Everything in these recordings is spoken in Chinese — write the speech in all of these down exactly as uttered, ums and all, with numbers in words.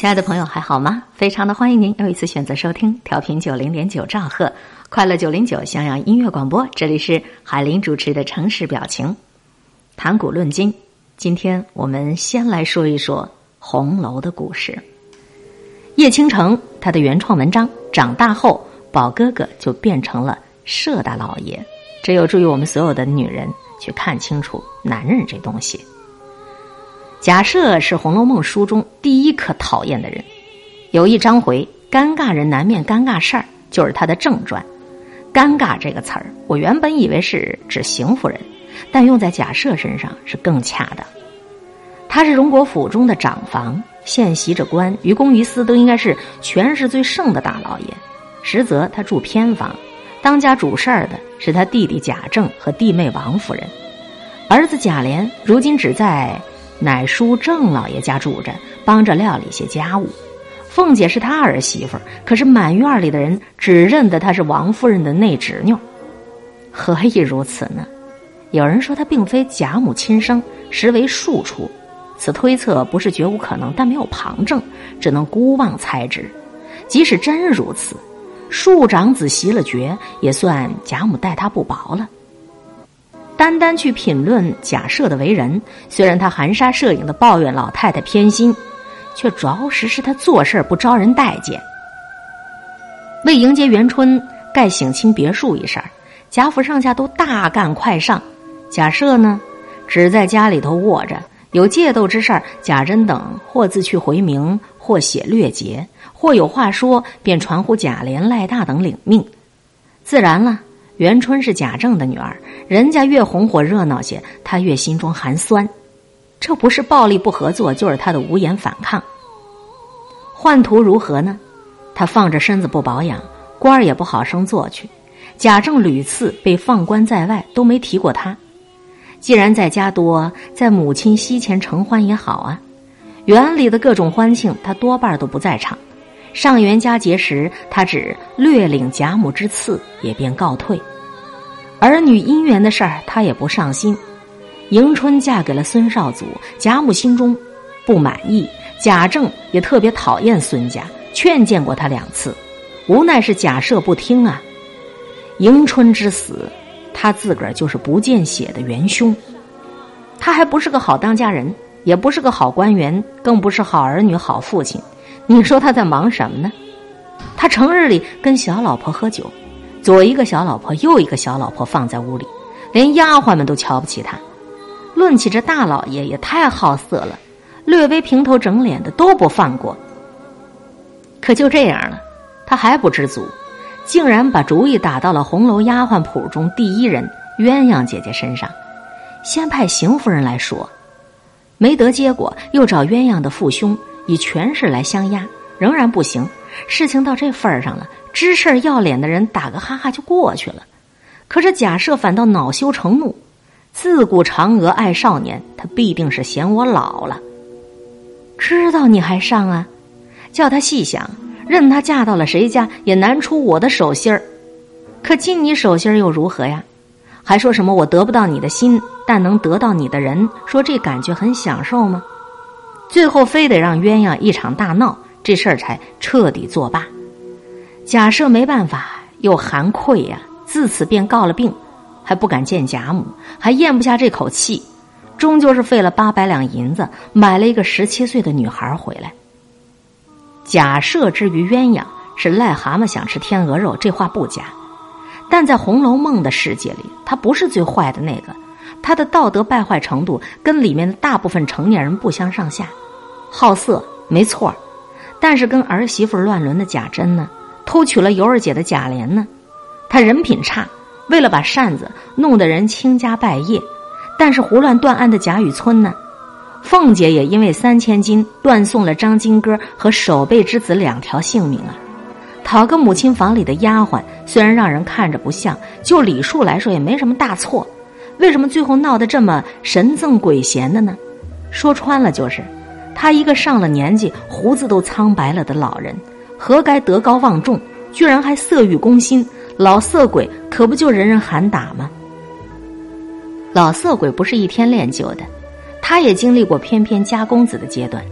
亲爱的朋友还好吗？非常的欢迎您又一次选择收听调频九零点九兆赫快乐九零九襄阳音乐广播，这里是海林主持的城市表情。谈古论今，今天我们先来说一说红楼的故事。叶倾城他的原创文章长大后，宝哥哥就变成了社大老爷，这有助于我们所有的女人去看清楚男人这东西。贾赦是《红楼梦》书中第一可讨厌的人，有一章回尴尬人难免尴尬事儿，就是他的正传。尴尬这个词儿，我原本以为是指邢夫人，但用在贾赦身上是更恰当。他是荣国府中的长房，现袭着官，于公于私都应该是权势最盛的大老爷，实则他住偏房，当家主事儿的是他弟弟贾政和弟妹王夫人。儿子贾琏如今只在乃叔郑老爷家住着，帮着料理些家务。凤姐是他儿媳妇，可是满院里的人只认得她是王夫人的内侄女。何以如此呢？有人说她并非贾母亲生，实为庶出，此推测不是绝无可能，但没有旁证，只能孤妄猜之。即使真如此，庶长子袭了爵，也算贾母待他不薄了。单单去品论贾赦的为人，虽然他含沙射影的抱怨老太太偏心，却着实是他做事不招人待见。为迎接元春盖省亲别墅一事，贾府上下都大干快上，贾赦呢只在家里头卧着，有借斗之事，贾珍等或自去回明，或写略节，或有话说，便传呼贾琏、赖大等领命。自然了，元春是贾政的女儿，人家越红火热闹些，他越心中寒酸。这不是暴力不合作，就是他的无言反抗。宦途如何呢？他放着身子不保养，官儿也不好升做去。贾政屡次被放官在外，都没提过他。既然在家多，在母亲膝前承欢也好啊。园里的各种欢庆，他多半都不在场。上元佳节时，他只略领贾母之赐，也便告退。儿女姻缘的事儿，他也不上心。迎春嫁给了孙绍祖，贾母心中不满意，贾政也特别讨厌孙家，劝谏过他两次，无奈是贾赦不听啊。迎春之死，他自个儿就是不见血的元凶。他还不是个好当家人，也不是个好官员，更不是好儿女、好父亲。你说他在忙什么呢？他成日里跟小老婆喝酒，左一个小老婆，右一个小老婆放在屋里，连丫鬟们都瞧不起他。论起这大老爷也太好色了，略微平头整脸的都不放过。可就这样了，他还不知足，竟然把主意打到了红楼丫鬟谱中第一人鸳鸯姐姐身上。先派邢夫人来说，没得结果，又找鸳鸯的父兄以权势来相压，仍然不行。事情到这份儿上了，知事要脸的人打个哈哈就过去了。可是贾赦反倒恼羞成怒，自古嫦娥爱少年，他必定是嫌我老了。知道你还上啊？叫他细想，任他嫁到了谁家，也难出我的手心儿。可进你手心儿又如何呀？还说什么我得不到你的心，但能得到你的人，说这感觉很享受吗？最后非得让鸳鸯一场大闹，这事儿才彻底作罢。贾赦没办法，又含愧呀、啊，自此便告了病，还不敢见贾母，还咽不下这口气，终究是费了八百两银子买了一个十七岁的女孩回来。贾赦之于鸳鸯是癞蛤蟆想吃天鹅肉，这话不假，但在《红楼梦》的世界里，他不是最坏的那个，他的道德败坏程度跟里面的大部分成年人不相上下。好色没错，但是跟儿媳妇乱伦的贾珍呢，偷娶了尤儿姐的贾琏呢，他人品差，为了把扇子弄得人倾家败业，但是胡乱断案的贾雨村呢，凤姐也因为三千金断送了张金哥和守备之子两条性命啊。讨个母亲房里的丫鬟，虽然让人看着不像，就礼数来说也没什么大错，为什么最后闹得这么神憎鬼嫌的呢？说穿了就是他一个上了年纪胡子都苍白了的老人，何该德高望重，居然还色欲攻心，老色鬼可不就人人喊打吗？老色鬼不是一天练就的，他也经历过翩翩家公子的阶段，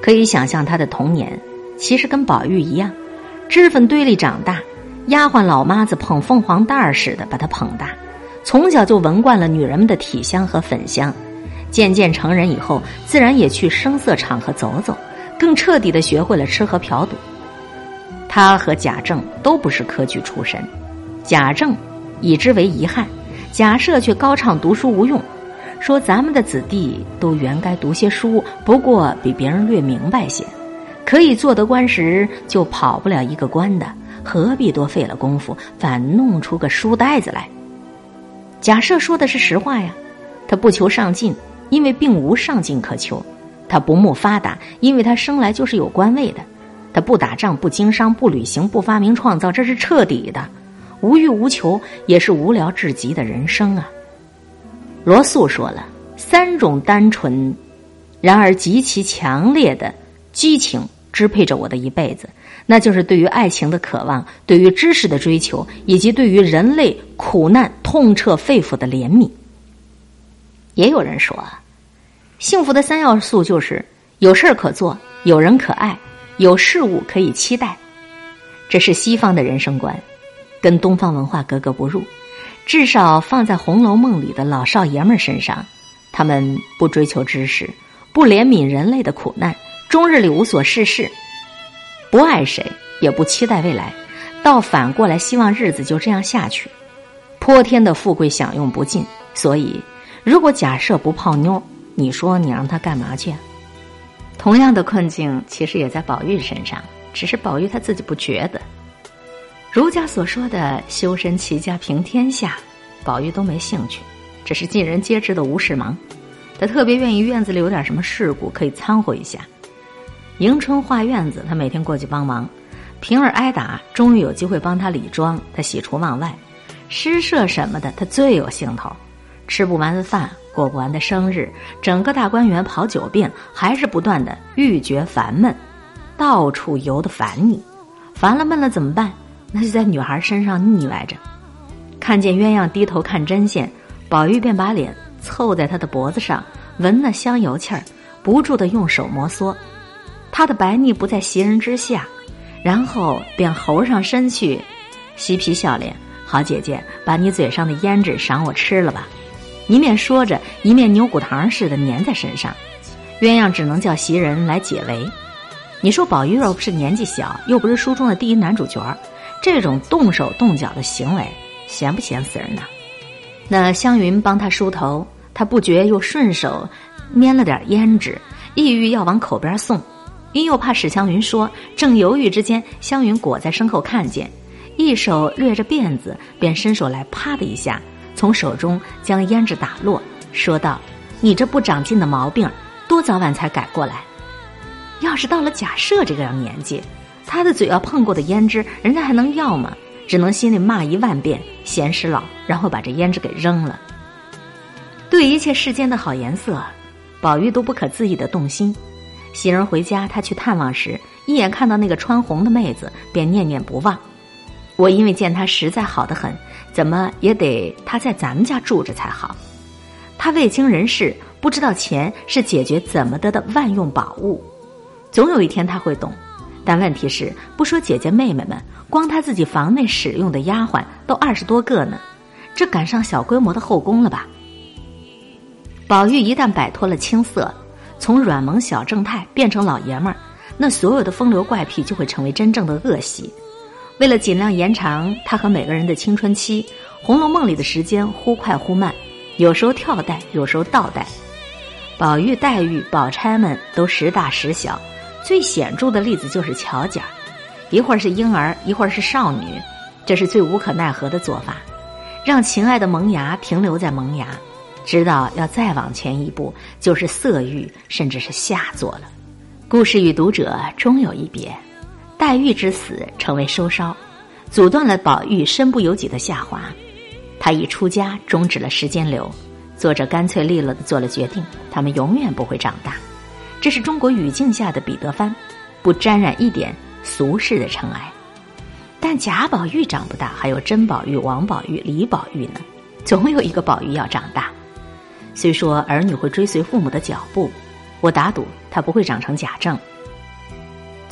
可以想象他的童年其实跟宝玉一样，脂粉堆里长大，丫鬟老妈子捧凤凰蛋儿似的把他捧大，从小就闻惯了女人们的体香和粉香，渐渐成人以后，自然也去声色场合走走，更彻底地学会了吃喝嫖赌。他和贾政都不是科举出身，贾政以之为遗憾，贾赦却高唱读书无用，说咱们的子弟都原该读些书，不过比别人略明白些，可以做得官时就跑不了一个官的，何必多费了功夫，反弄出个书呆子来。贾赦说的是实话呀，他不求上进，因为并无上进可求；他不慕发达，因为他生来就是有官位的；他不打仗，不经商，不旅行，不发明创造，这是彻底的。无欲无求也是无聊至极的人生啊。罗素说了，三种单纯然而极其强烈的激情支配着我的一辈子，那就是对于爱情的渴望，对于知识的追求，以及对于人类苦难痛彻肺腑的怜悯。也有人说，幸福的三要素就是有事儿可做，有人可爱，有事物可以期待。这是西方的人生观，跟东方文化格格不入，至少放在《红楼梦》里的老少爷们身上，他们不追求知识，不怜悯人类的苦难，终日里无所事事，不爱谁，也不期待未来，倒反过来希望日子就这样下去，泼天的富贵享用不尽。所以如果假设不泡妞，你说你让他干嘛去啊？同样的困境其实也在宝玉身上，只是宝玉他自己不觉得。儒家所说的修身齐家平天下，宝玉都没兴趣，这是尽人皆知的无事忙。他特别愿意院子里有点什么事故可以掺和一下。迎春画院子，他每天过去帮忙。平儿挨打，终于有机会帮他理庄，他喜出望外。诗社什么的，他最有兴头。吃不完的饭，过不完的生日，整个大观园跑九遍，还是不断的欲觉烦闷，到处游得烦你。烦了闷了怎么办？那就在女孩身上腻歪着。看见鸳鸯低头看针线，宝玉便把脸凑在他的脖子上，闻那香油气儿，不住地用手摩挲。他的白腻不在袭人之下，然后便猴上身去，嬉皮笑脸，好姐姐，把你嘴上的胭脂赏我吃了吧。一面说着，一面牛骨糖似的粘在身上。鸳鸯只能叫袭人来解围。你说宝玉又不是年纪小，又不是书中的第一男主角，这种动手动脚的行为闲不闲死人呢？那湘云帮他梳头，他不觉又顺手拈了点胭脂，意欲要往口边送，因又怕史湘云说，正犹豫之间，湘云裹在身后看见，一手掠着辫子，便伸手来啪的一下，从手中将胭脂打落，说道，你这不长进的毛病，多早晚才改过来。要是到了贾赦这个样年纪，他的嘴要碰过的胭脂，人家还能要吗？只能心里骂一万遍闲时老，然后把这胭脂给扔了。对一切世间的好颜色，宝玉都不可自抑的动心。袭人回家，他去探望时，一眼看到那个穿红的妹子，便念念不忘。我因为见她实在好得很，怎么也得她在咱们家住着才好。她未经人事，不知道钱是解决怎么得的万用宝物，总有一天她会懂。但问题是，不说姐姐妹妹们，光她自己房内使用的丫鬟都二十多个呢，这赶上小规模的后宫了吧？宝玉一旦摆脱了青涩，从软萌小正太变成老爷们儿，那所有的风流怪癖就会成为真正的恶习。为了尽量延长他和每个人的青春期，《红楼梦》里的时间忽快忽慢，有时候跳带，有时候倒带。宝玉、黛玉、宝钗们都时大时小，最显著的例子就是巧姐儿，一会儿是婴儿，一会儿是少女，这是最无可奈何的做法，让情爱的萌芽停留在萌芽，知道要再往前一步就是色欲，甚至是下作了。故事与读者终有一别，黛玉之死成为收梢，阻断了宝玉身不由己的下滑。他一出家终止了时间流，作者干脆利落地做了决定，他们永远不会长大。这是中国语境下的彼得帆，不沾染一点俗世的尘埃。但贾宝玉长不大，还有甄宝玉、王宝玉、李宝玉呢，总有一个宝玉要长大。虽说儿女会追随父母的脚步，我打赌他不会长成贾政，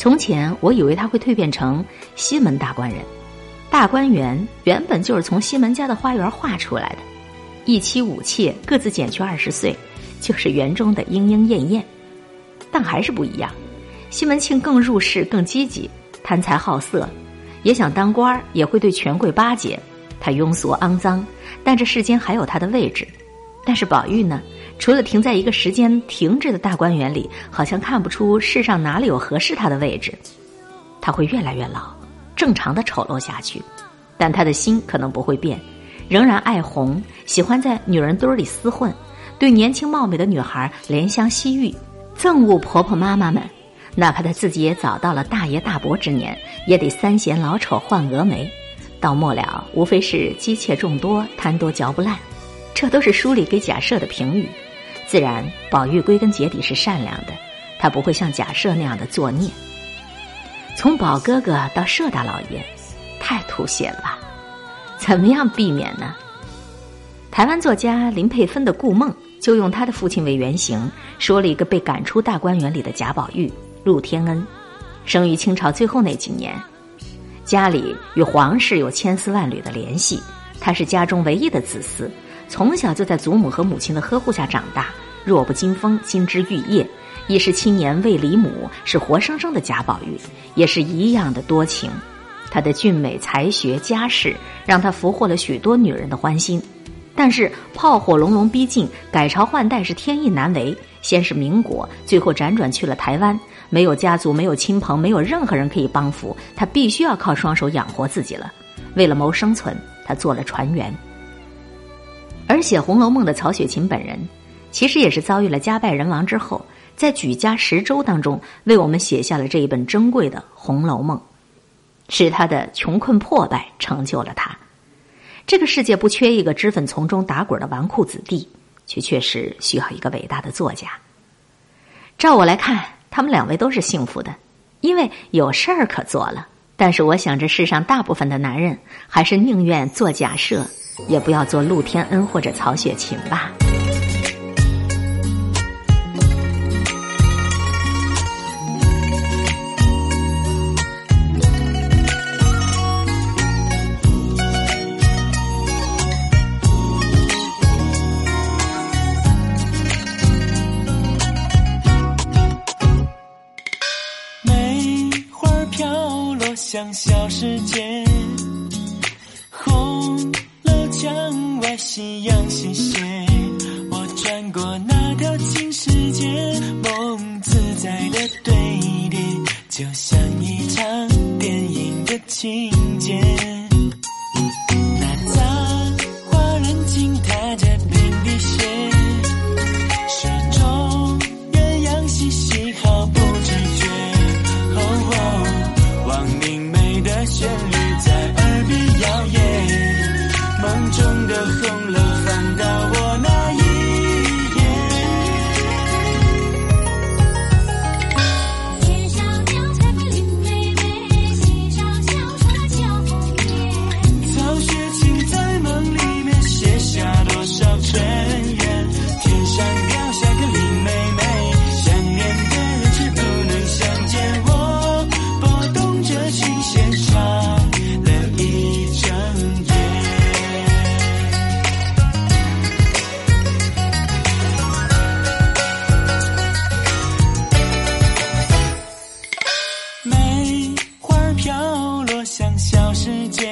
从前我以为他会蜕变成西门大官人，大观园原本就是从西门家的花园画出来的，一妻五妾各自减去二十岁，就是园中的莺莺燕燕。但还是不一样，西门庆更入世更积极，贪财好色，也想当官，也会对权贵巴结。他庸俗肮脏，但这世间还有他的位置。但是宝玉呢，除了停在一个时间停滞的大观园里，好像看不出世上哪里有合适他的位置。他会越来越老，正常的丑陋下去，但他的心可能不会变，仍然爱红，喜欢在女人堆里厮混，对年轻貌美的女孩怜香惜玉，憎恶婆婆妈妈们。哪怕他自己也早到了大爷大伯之年，也得三贤老丑换蛾眉，到末了无非是姬妾众多，贪多嚼不烂。这都是书里给贾赦的评语。自然宝玉归根结底是善良的，他不会像贾赦那样的作孽。从宝哥哥到赦大老爷，太吐血了吧？怎么样避免呢？台湾作家林佩芬的《顾梦》就用他的父亲为原型，说了一个被赶出大观园里的贾宝玉，陆天恩，生于清朝最后那几年，家里与皇室有千丝万缕的联系，他是家中唯一的子嗣，从小就在祖母和母亲的呵护下长大，弱不禁风，金枝玉叶。一十七年为李母，是活生生的贾宝玉，也是一样的多情。他的俊美才学家世，让他俘获了许多女人的欢心。但是炮火隆隆逼近，改朝换代是天意难违，先是民国，最后辗转去了台湾，没有家族，没有亲朋，没有任何人可以帮扶，他必须要靠双手养活自己了。为了谋生存，他做了船员。而写《红楼梦》的曹雪芹本人，其实也是遭遇了家败人亡之后，在举家十州当中为我们写下了这一本珍贵的《红楼梦》，是他的穷困破败成就了他。这个世界不缺一个脂粉丛中打滚的纨绔子弟，却确实需要一个伟大的作家。照我来看，他们两位都是幸福的，因为有事儿可做了。但是我想这世上大部分的男人还是宁愿做假设，也不要做陆天恩或者曹雪芹吧。 像小世界，红楼墙外夕阳西斜，我穿过那条金世界，梦自在的堆叠，就像一场电影的情节。那杂花人静踏着平地鞋，始终鸳鸯嬉戏毫不知觉。哦哦，望明的旋律在耳边摇曳，梦中的红楼翻到我那一页。天上鸟才会林妹妹，溪上小船敲红叶。曹雪芹在梦里面写下多少尘缘，天上掉下个林妹妹，想念的人却不能相见。我拨动着琴弦唱了一整夜。梅花飘落向小世界，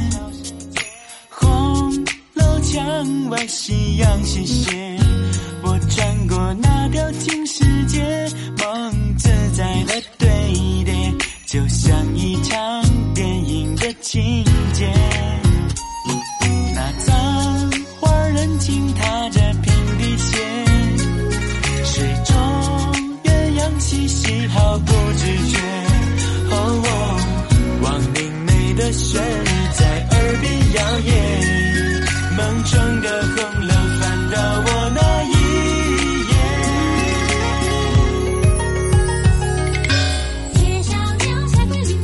红楼墙外夕阳西斜，我穿过那条金世界，梦自在的堆叠，就像一场电影的情节。那杂花人静踏着平地鞋，水中鸳鸯嬉戏毫不知觉。哦哦，望明媚的旋律在耳边摇曳，梦中的红楼翻到我那一页。天上鸟才会林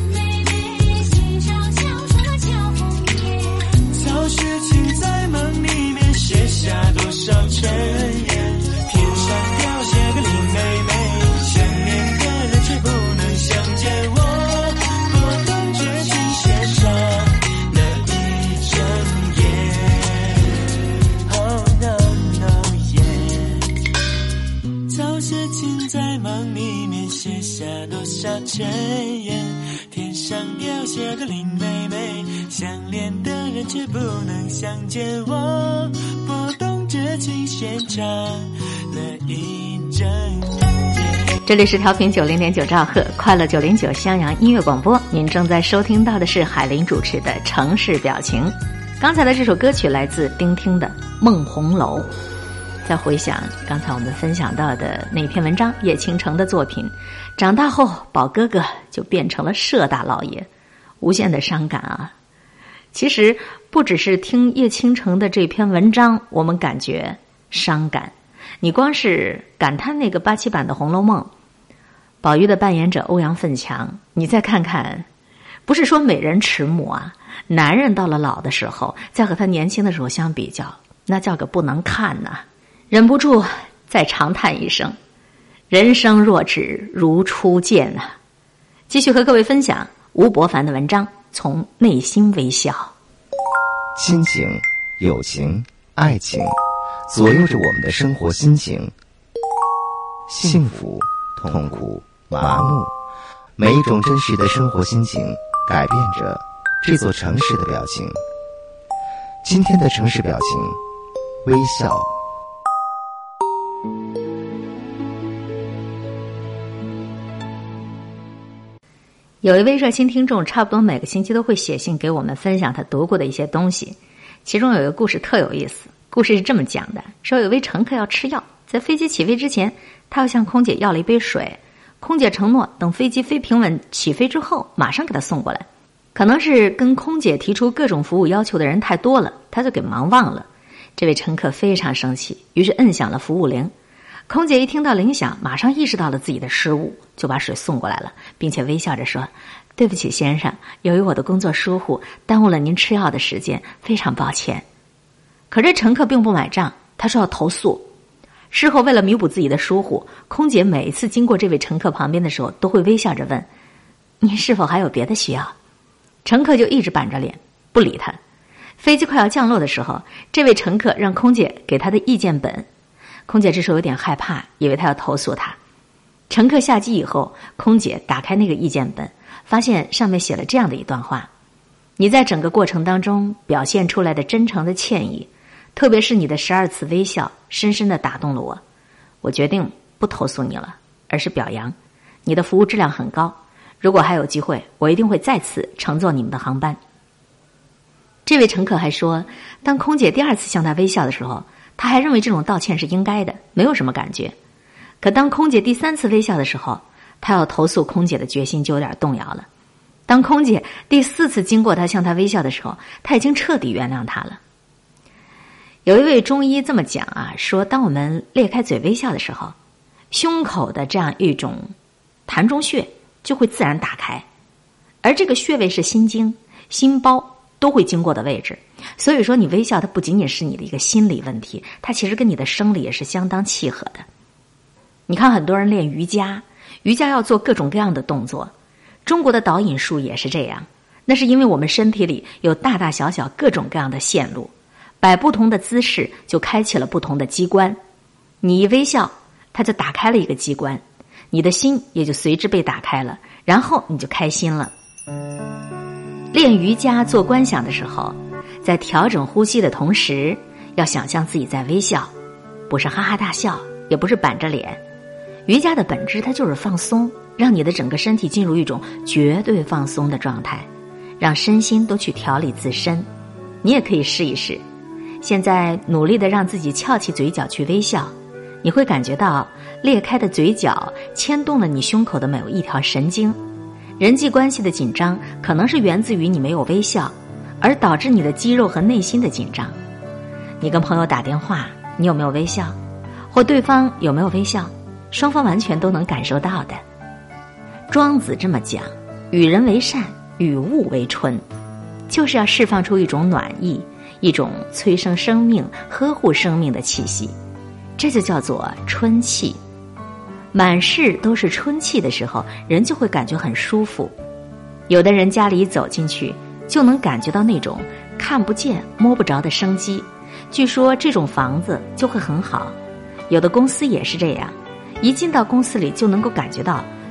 多少尘缘，天上掉下个林妹妹，相恋的人却不能相见，我拨动这琴弦唱了一整夜。 这里是调频九零点九兆赫快乐九零九襄阳音乐广播，您正在收听到的是海林主持的城市表情。刚才的这首歌曲来自丁汀的《梦红楼》。再回想刚才我们分享到的那篇文章，叶倾城的作品，长大后宝哥哥就变成了社大老爷，无限的伤感啊。其实不只是听叶倾城的这篇文章我们感觉伤感，你光是感叹那个八七版的《红楼梦》，宝玉的扮演者欧阳奋强，你再看看，不是说美人迟暮啊，男人到了老的时候再和他年轻的时候相比较，那叫个不能看呐、啊，忍不住再长叹一声，人生若只如初见啊。继续和各位分享吴伯凡的文章，从内心微笑。 亲情、友情、爱情左右着我们的生活心情，幸福、痛苦、麻木，每一种真实的生活心情改变着这座城市的表情。今天的城市表情，微笑。 有一位热心听众，差不多每个星期都会写信给我们分享他读过的一些东西，其中有一个故事特有意思。故事是这么讲的，说有位乘客要吃药，在飞机起飞之前，他要向空姐要了一杯水，空姐承诺等飞机飞平稳起飞之后马上给他送过来。可能是跟空姐提出各种服务要求的人太多了，他就给忙忘了。这位乘客非常生气，于是摁响了服务铃。空姐一听到铃响，马上意识到了自己的失误，就把水送过来了，并且微笑着说，对不起先生，由于我的工作疏忽耽误了您吃药的时间，非常抱歉。可这乘客并不买账，他说要投诉。事后为了弥补自己的疏忽，空姐每一次经过这位乘客旁边的时候都会微笑着问，您是否还有别的需要？乘客就一直板着脸不理他。飞机快要降落的时候，这位乘客让空姐给他的意见本，空姐这时候有点害怕，以为他要投诉他。乘客下机以后，空姐打开那个意见本，发现上面写了这样的一段话，你在整个过程当中表现出来的真诚的歉意，特别是你的十二次微笑，深深地打动了我。我决定不投诉你了，而是表扬你的服务质量很高，如果还有机会，我一定会再次乘坐你们的航班。这位乘客还说，当空姐第二次向他微笑的时候，他还认为这种道歉是应该的，没有什么感觉。可当空姐第三次微笑的时候，他要投诉空姐的决心就有点动摇了。当空姐第四次经过他向他微笑的时候，他已经彻底原谅他了。有一位中医这么讲啊，说当我们裂开嘴微笑的时候，胸口的这样一种膻中穴就会自然打开，而这个穴位是心经、心包都会经过的位置。所以说你微笑它不仅仅是你的一个心理问题，它其实跟你的生理也是相当契合的。你看很多人练瑜伽，瑜伽要做各种各样的动作，中国的导引术也是这样，那是因为我们身体里有大大小小各种各样的线路，摆不同的姿势就开启了不同的机关，你一微笑它就打开了一个机关，你的心也就随之被打开了，然后你就开心了。练瑜伽做观想的时候，在调整呼吸的同时，要想象自己在微笑，不是哈哈大笑，也不是板着脸。瑜伽的本质它就是放松，让你的整个身体进入一种绝对放松的状态，让身心都去调理自身。你也可以试一试，现在努力的让自己翘起嘴角去微笑，你会感觉到裂开的嘴角牵动了你胸口的每有一条神经。人际关系的紧张可能是源自于你没有微笑，而导致你的肌肉和内心的紧张。你跟朋友打电话，你有没有微笑？或对方有没有微笑？双方完全都能感受到的。庄子这么讲，与人为善，与物为春，就是要释放出一种暖意，一种催生生命、呵护生命的气息，这就叫做春气。满室都是春气的时候，人就会感觉很舒服。有的人家里走进去就能感觉到那种看不见摸不着的生机，据说这种房子就会很好。有的公司也是这样，一进到公司里就能够感觉到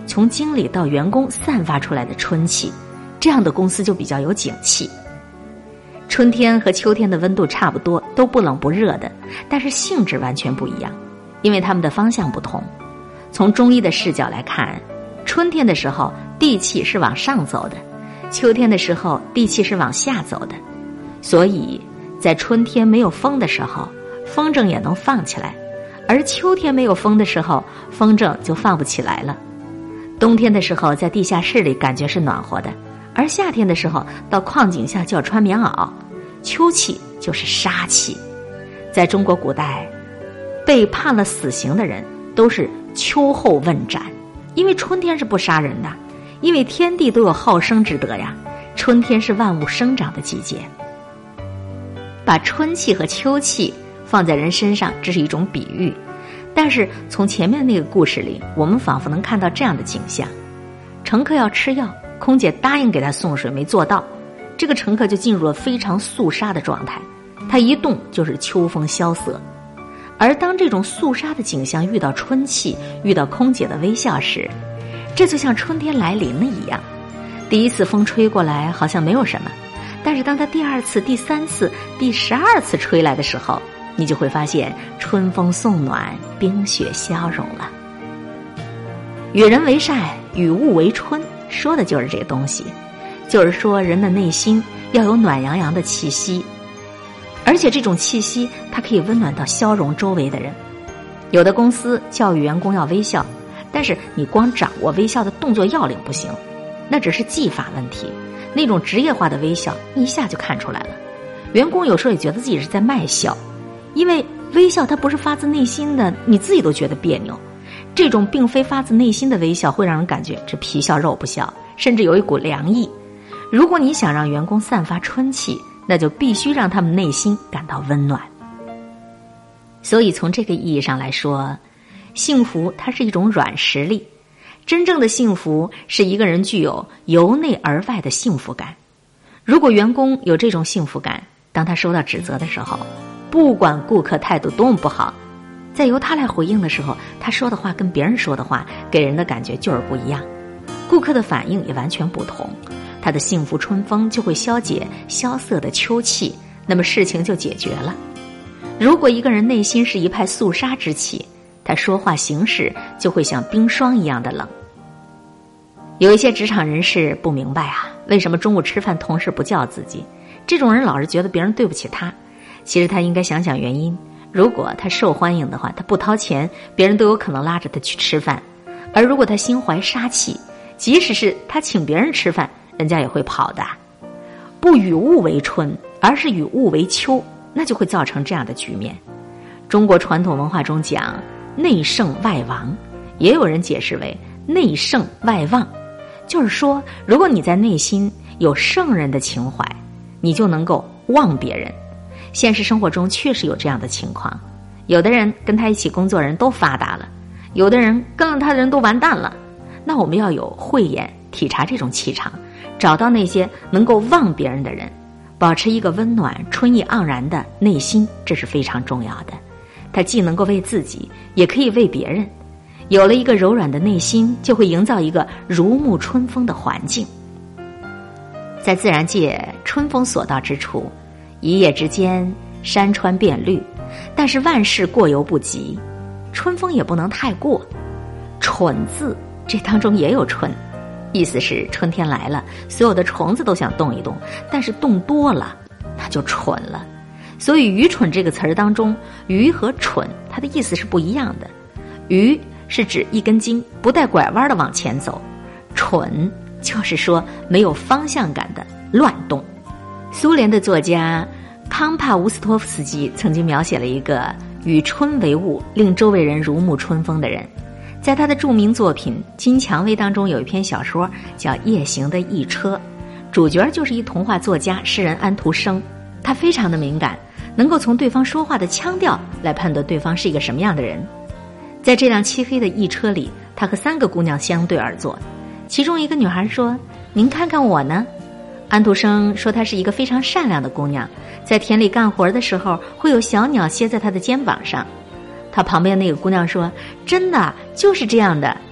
从经理到员工散发出来的春气，这样的公司就比较有景气。春天和秋天的温度差不多，都不冷不热的，但是性质完全不一样，因为它们的方向不同。从中医的视角来看，春天的时候地气是往上走的，秋天的时候地气是往下走的，所以在春天没有风的时候，风筝也能放起来，而秋天没有风的时候，风筝就放不起来了。冬天的时候在地下室里感觉是暖和的，而夏天的时候到矿井下就要穿棉袄。秋气就是杀气。在中国古代，被判了死刑的人都是秋后问斩，因为春天是不杀人的，因为天地都有好生之德呀，春天是万物生长的季节。把春气和秋气放在人身上，这是一种比喻，但是从前面那个故事里，我们仿佛能看到这样的景象：乘客要吃药，空姐答应给他送水没做到，这个乘客就进入了非常肃杀的状态，他一动就是秋风萧瑟。而当这种肃杀的景象遇到春气，遇到空姐的微笑时，这就像春天来临了一样。第一次风吹过来好像没有什么，但是当它第二次、第三次、第十二次吹来的时候，你就会发现春风送暖，冰雪消融了。与人为善，与物为春，说的就是这个东西，就是说人的内心要有暖洋洋的气息，而且这种气息它可以温暖到消融周围的人。有的公司教育员工要微笑，但是你光掌握微笑的动作要领不行，那只是技法问题。那种职业化的微笑一下就看出来了，员工有时候也觉得自己是在卖笑，因为微笑它不是发自内心的，你自己都觉得别扭。这种并非发自内心的微笑会让人感觉这皮笑肉不笑，甚至有一股凉意。如果你想让员工散发春气，那就必须让他们内心感到温暖。所以从这个意义上来说，幸福它是一种软实力。真正的幸福是一个人具有由内而外的幸福感。如果员工有这种幸福感，当他收到指责的时候，不管顾客态度多么不好，在由他来回应的时候，他说的话跟别人说的话给人的感觉就是不一样，顾客的反应也完全不同，他的幸福春风就会消解萧瑟的秋气，那么事情就解决了。如果一个人内心是一派肃杀之气，他说话行事就会像冰霜一样的冷。有一些职场人士不明白啊，为什么中午吃饭同事不叫自己？这种人老是觉得别人对不起他，其实他应该想想原因。如果他受欢迎的话，他不掏钱，别人都有可能拉着他去吃饭；而如果他心怀杀气，即使是他请别人吃饭，人家也会跑的。不与物为春，而是与物为秋，那就会造成这样的局面。中国传统文化中讲内圣外王，也有人解释为内圣外望，就是说如果你在内心有圣人的情怀，你就能够望别人。现实生活中确实有这样的情况，有的人跟他一起工作人都发达了，有的人跟了他的人都完蛋了。那我们要有慧眼体察这种气场，找到那些能够望别人的人，保持一个温暖春意盎然的内心，这是非常重要的。他既能够为自己，也可以为别人。有了一个柔软的内心，就会营造一个如沐春风的环境。在自然界，春风所到之处，一夜之间山川变绿，但是万事过犹不及，春风也不能太过。蠢字这当中也有春，意思是春天来了，所有的虫子都想动一动，但是动多了那就蠢了。所以愚蠢这个词儿当中，愚和蠢它的意思是不一样的。愚是指一根筋不带拐弯的往前走，蠢就是说没有方向感的乱动。苏联的作家康帕乌斯托夫斯基曾经描写了一个与春为伍，令周围人如沐春风的人。在他的著名作品《金蔷薇》当中，有一篇小说叫《夜行的驿车》，主角就是一童话作家诗人安徒生。他非常的敏感，能够从对方说话的腔调来判断对方是一个什么样的人。在这辆漆黑的驿车里，他和三个姑娘相对而坐，其中一个女孩说：“您看看我呢。”安徒生说她是一个非常善良的姑娘，在田里干活的时候会有小鸟歇在她的肩膀上。他旁边那个姑娘说：“真的就是这样的。”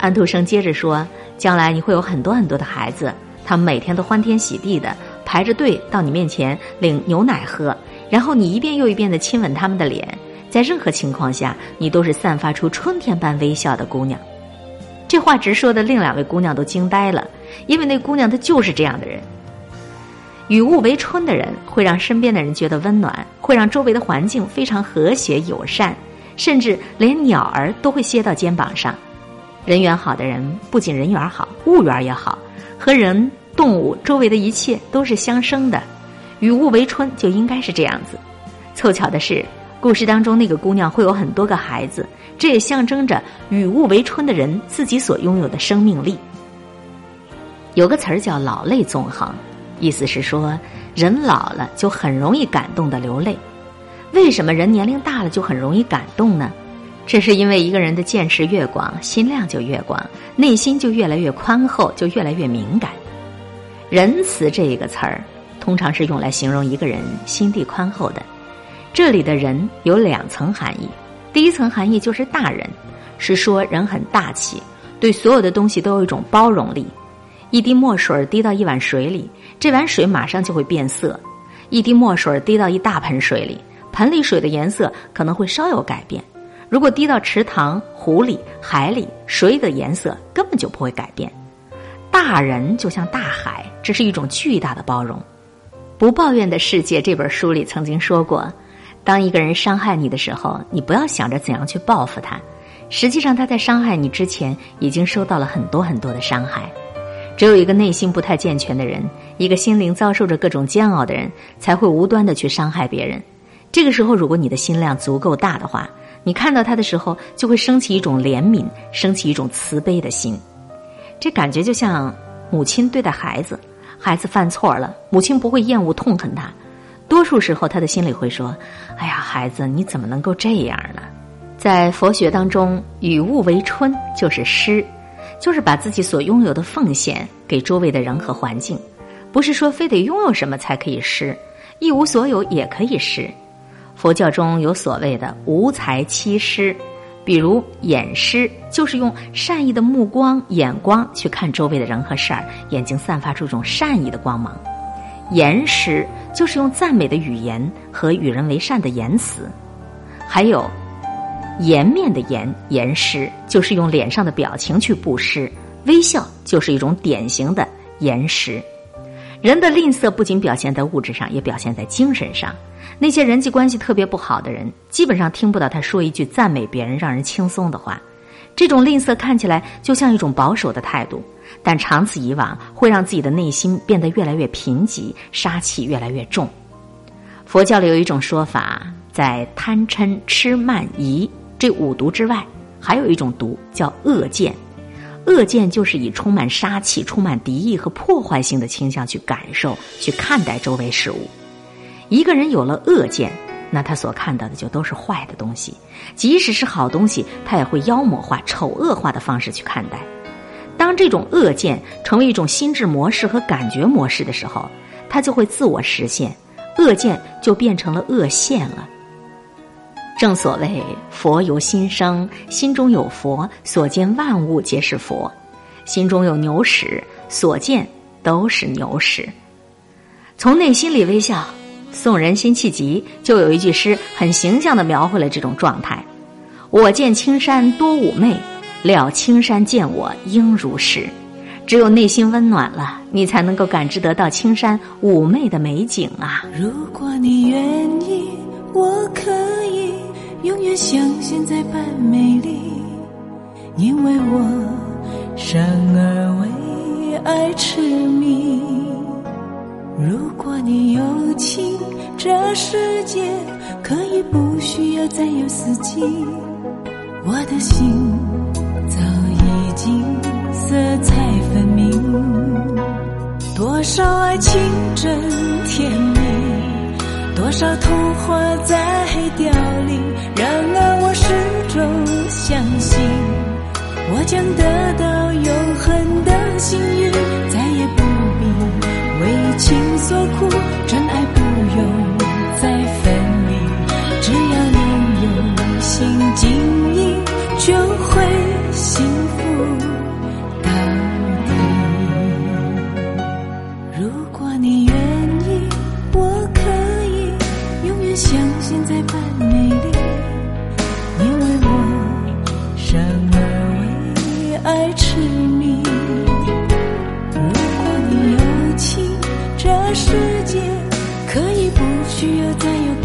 安徒生接着说，将来你会有很多很多的孩子，他们每天都欢天喜地的排着队到你面前领牛奶喝，然后你一遍又一遍的亲吻他们的脸，在任何情况下你都是散发出春天般微笑的姑娘。这话直说的令两位姑娘都惊呆了，因为那姑娘她就是这样的人。与物为春的人会让身边的人觉得温暖，会让周围的环境非常和谐友善，甚至连鸟儿都会歇到肩膀上。人缘好的人不仅人缘好，物缘也好，和人、动物、周围的一切都是相生的。与物为春就应该是这样子。凑巧的是，故事当中那个姑娘会有很多个孩子，这也象征着与物为春的人自己所拥有的生命力。有个词儿叫老泪纵横，意思是说人老了就很容易感动的流泪。为什么人年龄大了就很容易感动呢？这是因为一个人的见识越广，心量就越广，内心就越来越宽厚，就越来越敏感。仁慈这一个词儿通常是用来形容一个人心地宽厚的。这里的人有两层含义，第一层含义就是大人，是说人很大气，对所有的东西都有一种包容力。一滴墨水滴到一碗水里，这碗水马上就会变色；一滴墨水滴到一大盆水里，盆里水的颜色可能会稍有改变。如果滴到池塘、湖里、海里，水的颜色根本就不会改变。大人就像大海，这是一种巨大的包容。不抱怨的世界这本书里曾经说过，当一个人伤害你的时候，你不要想着怎样去报复他，实际上他在伤害你之前已经受到了很多很多的伤害。只有一个内心不太健全的人，一个心灵遭受着各种煎熬的人，才会无端的去伤害别人。这个时候如果你的心量足够大的话，你看到他的时候就会升起一种怜悯，升起一种慈悲的心。这感觉就像母亲对待孩子，孩子犯错了，母亲不会厌恶痛恨他，多数时候他的心里会说，哎呀，孩子你怎么能够这样呢？在佛学当中，与物为春就是施，就是把自己所拥有的奉献给周围的人和环境，不是说非得拥有什么才可以施，一无所有也可以施。佛教中有所谓的无才七施，比如眼施，就是用善意的目光、眼光去看周围的人和事儿，眼睛散发出一种善意的光芒。言施就是用赞美的语言和与人为善的言辞。还有颜面的颜，颜施就是用脸上的表情去布施，微笑就是一种典型的颜施。人的吝啬不仅表现在物质上，也表现在精神上。那些人际关系特别不好的人，基本上听不到他说一句赞美别人让人轻松的话。这种吝啬看起来就像一种保守的态度，但长此以往会让自己的内心变得越来越贫瘠，杀气越来越重。佛教里有一种说法，在贪嗔痴慢疑这五毒之外，还有一种毒叫恶见。恶见就是以充满杀气、充满敌意和破坏性的倾向去感受、去看待周围事物。一个人有了恶见，那他所看到的就都是坏的东西，即使是好东西，他也会妖魔化、丑恶化的方式去看待。当这种恶见成为一种心智模式和感觉模式的时候，他就会自我实现，恶见就变成了恶现了。正所谓佛由心生，心中有佛，所见万物皆是佛。心中有牛屎，所见都是牛屎。从内心里微笑，宋人辛弃疾就有一句诗很形象地描绘了这种状态：我见青山多妩媚，料青山见我应如是。只有内心温暖了，你才能够感知得到青山妩媚的美景啊。 如果你愿意，我可以永远像现在般美丽，因为我生而为爱痴迷。如果你有情，这世界可以不需要再有四季，我的心早已经色彩分明。多少爱情真甜蜜，多少童话在凋零，然而我始终相信，我将得到永恒的幸运，再也不必为情所苦，真爱不用再分离，只要你用心经营，就会幸福。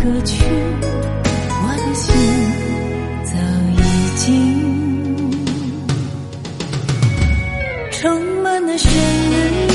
歌曲，我的心早已经充满了旋律。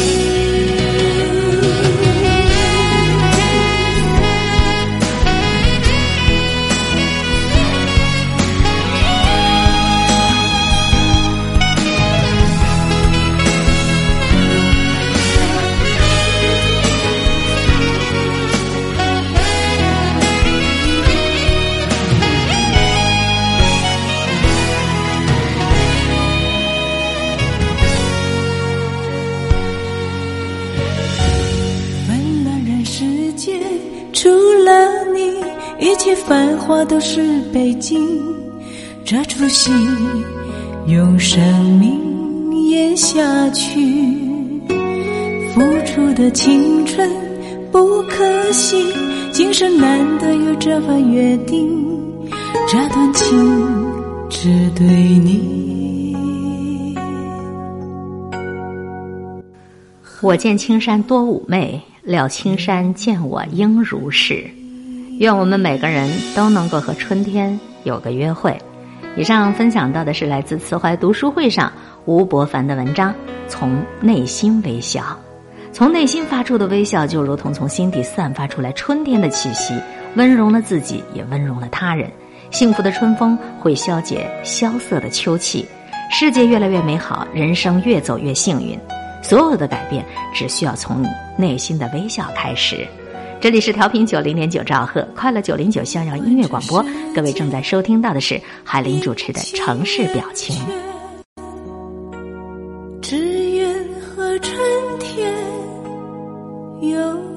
除了你，一切繁华都是背景。这出戏用生命演下去，付出的青春不可惜，今生难得有这番约定，这段情只对你。 我见青山多妩媚，料青山见我应如是。愿我们每个人都能够和春天有个约会。以上分享到的是来自慈怀读书会上吴伯凡的文章《从内心微笑》。从内心发出的微笑，就如同从心底散发出来春天的气息，温柔了自己，也温柔了他人。幸福的春风会消解萧瑟的秋气，世界越来越美好，人生越走越幸运。所有的改变只需要从你内心的微笑开始。这里是调频九零点九兆赫快乐九零九襄阳音乐广播，各位正在收听到的是海林主持的城市表情。 只愿和春天有